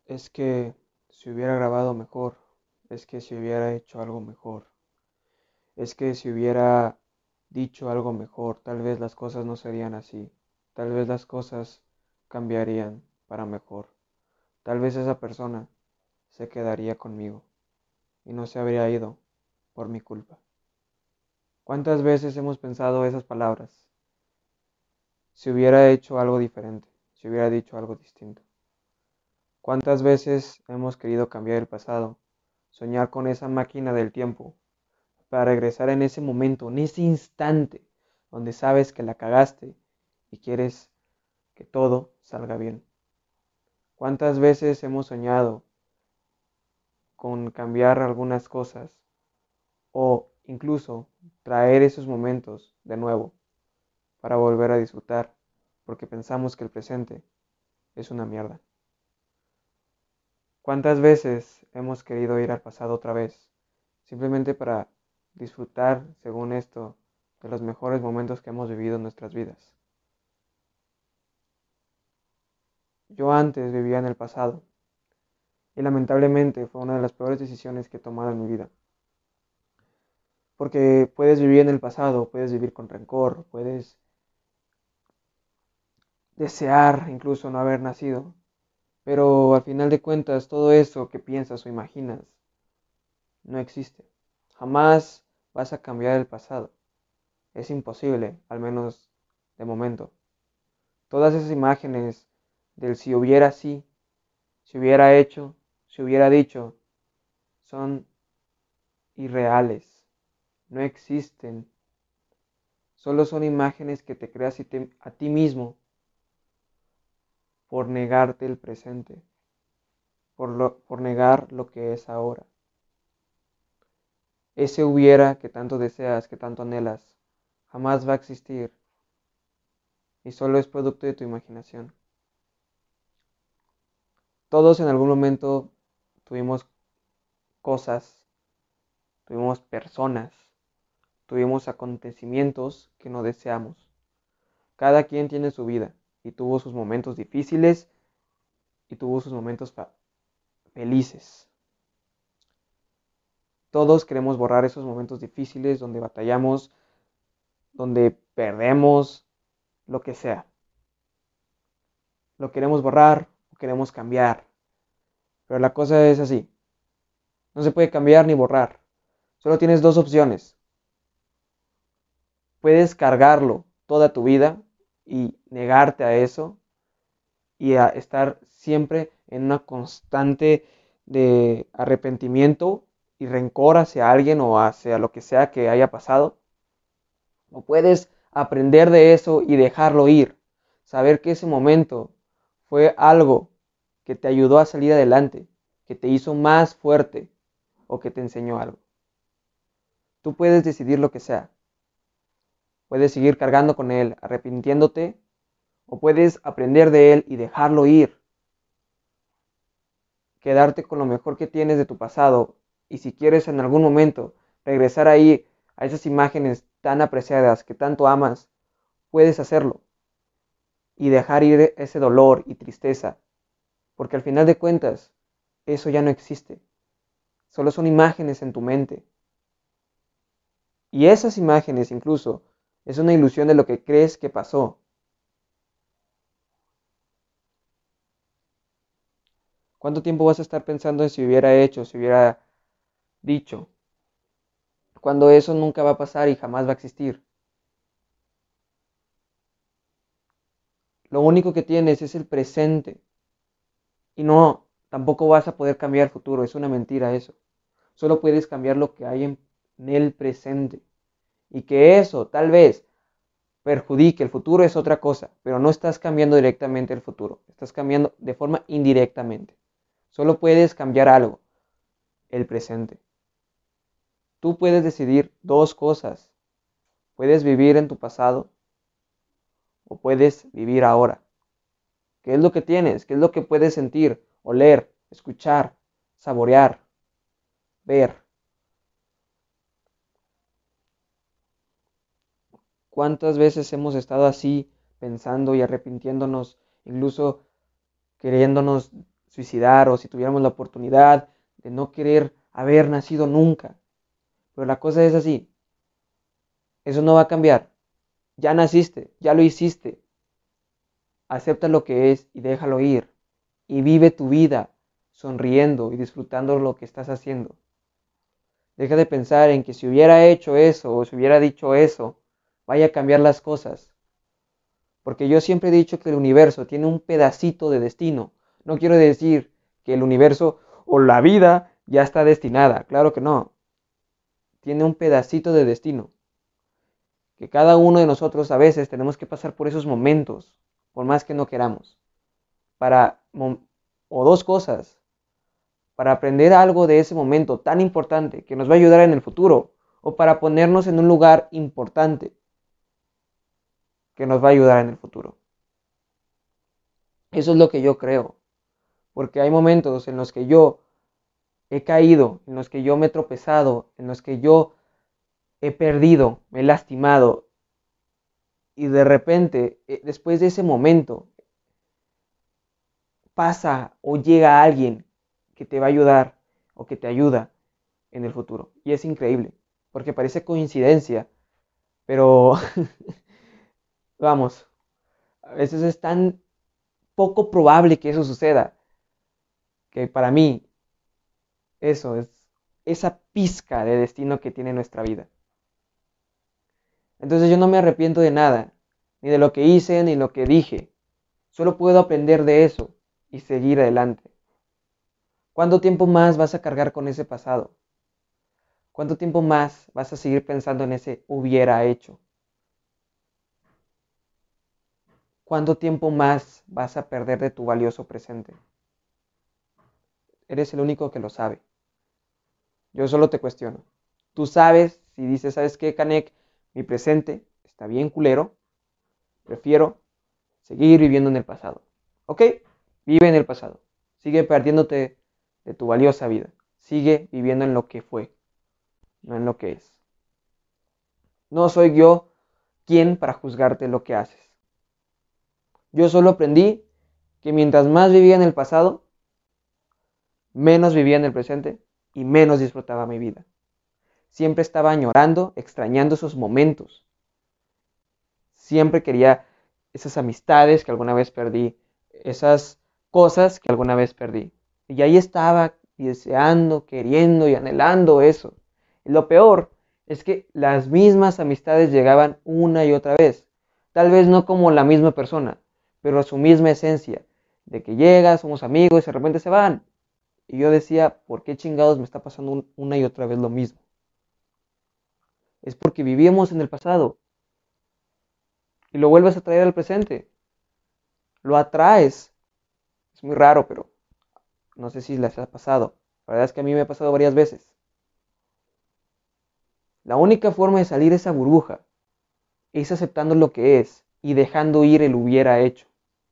Es que si hubiera grabado mejor, es que si hubiera hecho algo mejor, es que si hubiera dicho algo mejor, tal vez las cosas no serían así, tal vez las cosas cambiarían para mejor, tal vez esa persona se quedaría conmigo y no se habría ido por mi culpa. ¿Cuántas veces hemos pensado esas palabras? Si hubiera hecho algo diferente, si hubiera dicho algo distinto. ¿Cuántas veces hemos querido cambiar el pasado, soñar con esa máquina del tiempo para regresar en ese momento, en ese instante donde sabes que la cagaste y quieres que todo salga bien? ¿Cuántas veces hemos soñado con cambiar algunas cosas o incluso traer esos momentos de nuevo para volver a disfrutar porque pensamos que el presente es una mierda? ¿Cuántas veces hemos querido ir al pasado otra vez simplemente para disfrutar, según esto, de los mejores momentos que hemos vivido en nuestras vidas? Yo antes vivía en el pasado y lamentablemente fue una de las peores decisiones que he tomado en mi vida. Porque puedes vivir en el pasado, puedes vivir con rencor, puedes desear incluso no haber nacido, pero al final de cuentas todo eso que piensas o imaginas no existe. Jamás vas a cambiar el pasado. Es imposible, al menos de momento. Todas esas imágenes del si hubiera sí, si hubiera hecho, si hubiera dicho, son irreales, no existen. Solo son imágenes que te creas a ti mismo por negarte el presente, por negar lo que es ahora. Ese hubiera que tanto deseas, que tanto anhelas, jamás va a existir y solo es producto de tu imaginación. Todos en algún momento tuvimos cosas, tuvimos personas, tuvimos acontecimientos que no deseamos. Cada quien tiene su vida y tuvo sus momentos difíciles y tuvo sus momentos felices. Todos queremos borrar esos momentos difíciles donde batallamos, donde perdemos, lo que sea. Lo queremos borrar o queremos cambiar. Pero la cosa es así. No se puede cambiar ni borrar. Solo tienes dos opciones. Puedes cargarlo toda tu vida y negarte a eso y a estar siempre en una constante de arrepentimiento y rencor hacia alguien o hacia lo que sea que haya pasado. O puedes aprender de eso y dejarlo ir. Saber que ese momento fue algo que te ayudó a salir adelante, que te hizo más fuerte o que te enseñó algo. Tú puedes decidir lo que sea. Puedes seguir cargando con él, arrepintiéndote, o puedes aprender de él y dejarlo ir. Quedarte con lo mejor que tienes de tu pasado y si quieres en algún momento regresar ahí a esas imágenes tan apreciadas que tanto amas, puedes hacerlo y dejar ir ese dolor y tristeza, porque al final de cuentas eso ya no existe, solo son imágenes en tu mente y esas imágenes incluso es una ilusión de lo que crees que pasó. ¿Cuánto tiempo vas a estar pensando en si hubiera hecho, si hubiera dicho, cuando eso nunca va a pasar y jamás va a existir? Lo único que tienes es el presente y no, tampoco vas a poder cambiar el futuro, es una mentira eso. Solo puedes cambiar lo que hay en el presente y que eso tal vez perjudique el futuro es otra cosa, pero no estás cambiando directamente el futuro, estás cambiando de forma indirectamente. Solo puedes cambiar algo, el presente. Tú puedes decidir dos cosas, puedes vivir en tu pasado o puedes vivir ahora. ¿Qué es lo que tienes? ¿Qué es lo que puedes sentir, oler, escuchar, saborear, ver? ¿Cuántas veces hemos estado así pensando y arrepintiéndonos, incluso queriéndonos suicidar o si tuviéramos la oportunidad de no querer haber nacido nunca. Pero la cosa es así. Eso no va a cambiar. Ya naciste, ya lo hiciste. Acepta lo que es y déjalo ir. Y vive tu vida sonriendo y disfrutando lo que estás haciendo. Deja de pensar en que si hubiera hecho eso o si hubiera dicho eso, vaya a cambiar las cosas. Porque yo siempre he dicho que el universo tiene un pedacito de destino. No quiero decir que el universo o la vida ya está destinada. Claro que no. Tiene un pedacito de destino. Que cada uno de nosotros a veces tenemos que pasar por esos momentos, por más que no queramos. O dos cosas. Para aprender algo de ese momento tan importante que nos va a ayudar en el futuro. O para ponernos en un lugar importante que nos va a ayudar en el futuro. Eso es lo que yo creo. Porque hay momentos en los que yo he caído, en los que yo me he tropezado, en los que yo he perdido, me he lastimado. Y de repente, después de ese momento, pasa o llega alguien que te va a ayudar o que te ayuda en el futuro. Y es increíble, porque parece coincidencia, pero vamos, a veces es tan poco probable que eso suceda, que para mí eso es esa pizca de destino que tiene nuestra vida. Entonces yo no me arrepiento de nada, ni de lo que hice, ni lo que dije. Solo puedo aprender de eso y seguir adelante. ¿Cuánto tiempo más vas a cargar con ese pasado? ¿Cuánto tiempo más vas a seguir pensando en ese hubiera hecho? ¿Cuánto tiempo más vas a perder de tu valioso presente? Eres el único que lo sabe. Yo solo te cuestiono. Tú sabes si dices, ¿sabes qué, Canek? Mi presente está bien culero. Prefiero seguir viviendo en el pasado. ¿Ok? Vive en el pasado. Sigue perdiéndote de tu valiosa vida. Sigue viviendo en lo que fue, no en lo que es. No soy yo quien para juzgarte lo que haces. Yo solo aprendí que mientras más vivía en el pasado, menos vivía en el presente y menos disfrutaba mi vida. Siempre estaba añorando, extrañando esos momentos. Siempre quería esas amistades que alguna vez perdí, esas cosas que alguna vez perdí. Y ahí estaba deseando, queriendo y anhelando eso. Y lo peor es que las mismas amistades llegaban una y otra vez. Tal vez no como la misma persona, pero a su misma esencia. De que llega, somos amigos y de repente se van. Y yo decía, ¿por qué chingados me está pasando una y otra vez lo mismo? Es porque vivíamos en el pasado. Y lo vuelves a traer al presente. Lo atraes. Es muy raro, pero no sé si les ha pasado. La verdad es que a mí me ha pasado varias veces. La única forma de salir de esa burbuja es aceptando lo que es y dejando ir el hubiera hecho.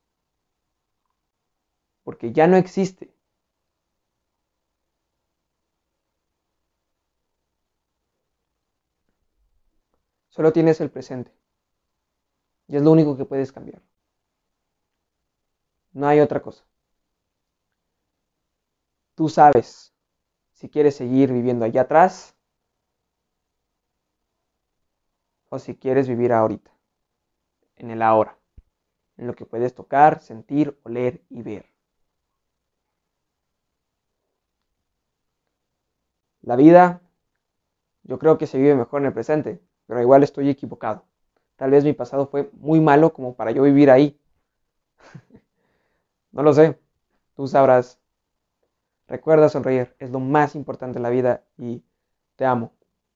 Porque ya no existe. Solo tienes el presente. Y es lo único que puedes cambiar. No hay otra cosa. Tú sabes si quieres seguir viviendo allá atrás o si quieres vivir ahorita, en el ahora, en lo que puedes tocar, sentir, oler y ver. La vida, yo creo que se vive mejor en el presente, pero igual estoy equivocado. Tal vez mi pasado fue muy malo como para yo vivir ahí. No lo sé, tú sabrás. Recuerda sonreír, es lo más importante en la vida y te amo.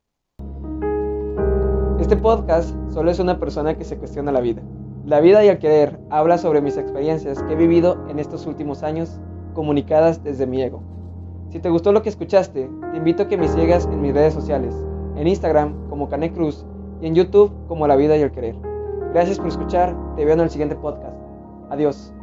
Este podcast solo es una persona que se cuestiona la vida. La vida y el querer habla sobre mis experiencias que he vivido en estos últimos años, comunicadas desde mi ego. Si te gustó lo que escuchaste, te invito a que me sigas en mis redes sociales, en Instagram como Canek Cruz y en YouTube como La Vida y el Querer. Gracias por escuchar, te veo en el siguiente podcast. Adiós.